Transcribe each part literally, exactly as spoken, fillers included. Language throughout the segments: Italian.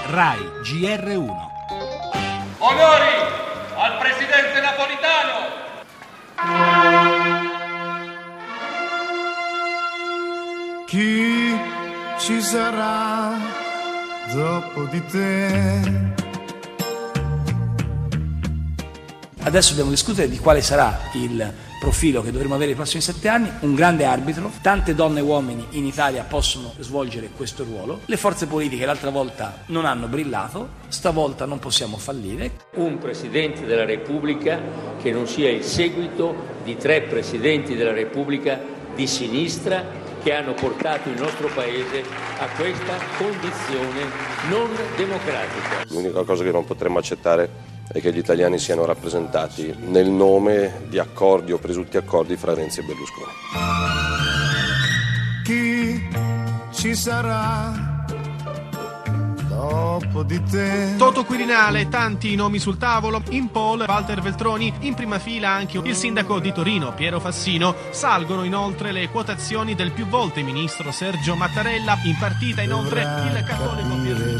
Rai G R uno. Onori al presidente Napolitano! Chi ci sarà dopo di te? Adesso dobbiamo discutere di quale sarà il profilo che dovremo avere nei prossimi sette anni. Un grande arbitro, tante donne e uomini in Italia possono svolgere questo ruolo. Le forze politiche l'altra volta non hanno brillato, stavolta non possiamo fallire. Un Presidente della Repubblica che non sia il seguito di tre Presidenti della Repubblica di sinistra che hanno portato il nostro Paese a questa condizione non democratica. L'unica cosa che non potremmo accettare è che gli italiani siano rappresentati nel nome di accordi o presunti accordi fra Renzi e Berlusconi. Chi ci sarà dopo di te? Toto Quirinale, tanti nomi sul tavolo, in pole Walter Veltroni, in prima fila anche il sindaco di Torino Piero Fassino. Salgono inoltre le quotazioni del più volte ministro Sergio Mattarella, in partita inoltre il cattolico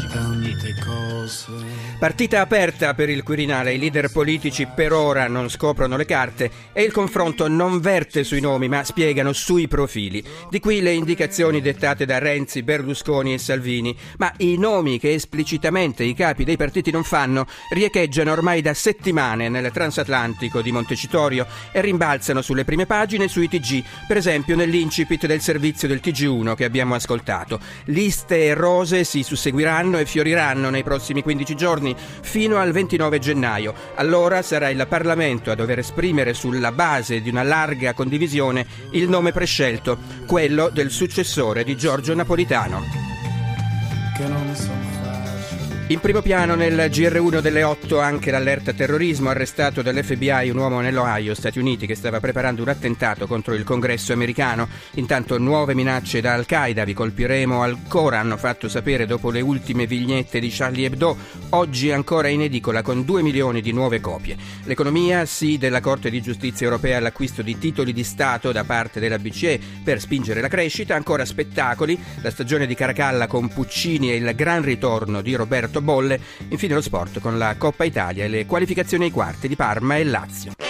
Partita aperta per il Quirinale, i leader politici per ora non scoprono le carte e il confronto non verte sui nomi ma spiegano sui profili. Di qui le indicazioni dettate da Renzi, Berlusconi e Salvini, ma i nomi che esplicitamente i capi dei partiti non fanno riecheggiano ormai da settimane nel transatlantico di Montecitorio e rimbalzano sulle prime pagine sui T G, per esempio nell'incipit del servizio del T G uno che abbiamo ascoltato. Liste e rose si susseguiranno e fioriranno nei prossimi quindici giorni fino al ventinove gennaio. Allora sarà il Parlamento a dover esprimere sulla base di una larga condivisione il nome prescelto, quello del successore di Giorgio Napolitano. Che non sono facili. In primo piano nel G R uno delle otto anche l'allerta terrorismo, arrestato dall'F B I un uomo nell'Ohio, Stati Uniti, che stava preparando un attentato contro il congresso americano. Intanto nuove minacce da Al-Qaeda, vi colpiremo ancora, hanno fatto sapere dopo le ultime vignette di Charlie Hebdo, oggi ancora in edicola con due milioni di nuove copie. L'economia, sì della Corte di Giustizia Europea all'acquisto di titoli di Stato da parte della B C E per spingere la crescita, ancora spettacoli, la stagione di Caracalla con Puccini e il gran ritorno di Roberto Bolle, infine lo sport con la Coppa Italia e le qualificazioni ai quarti di Parma e Lazio.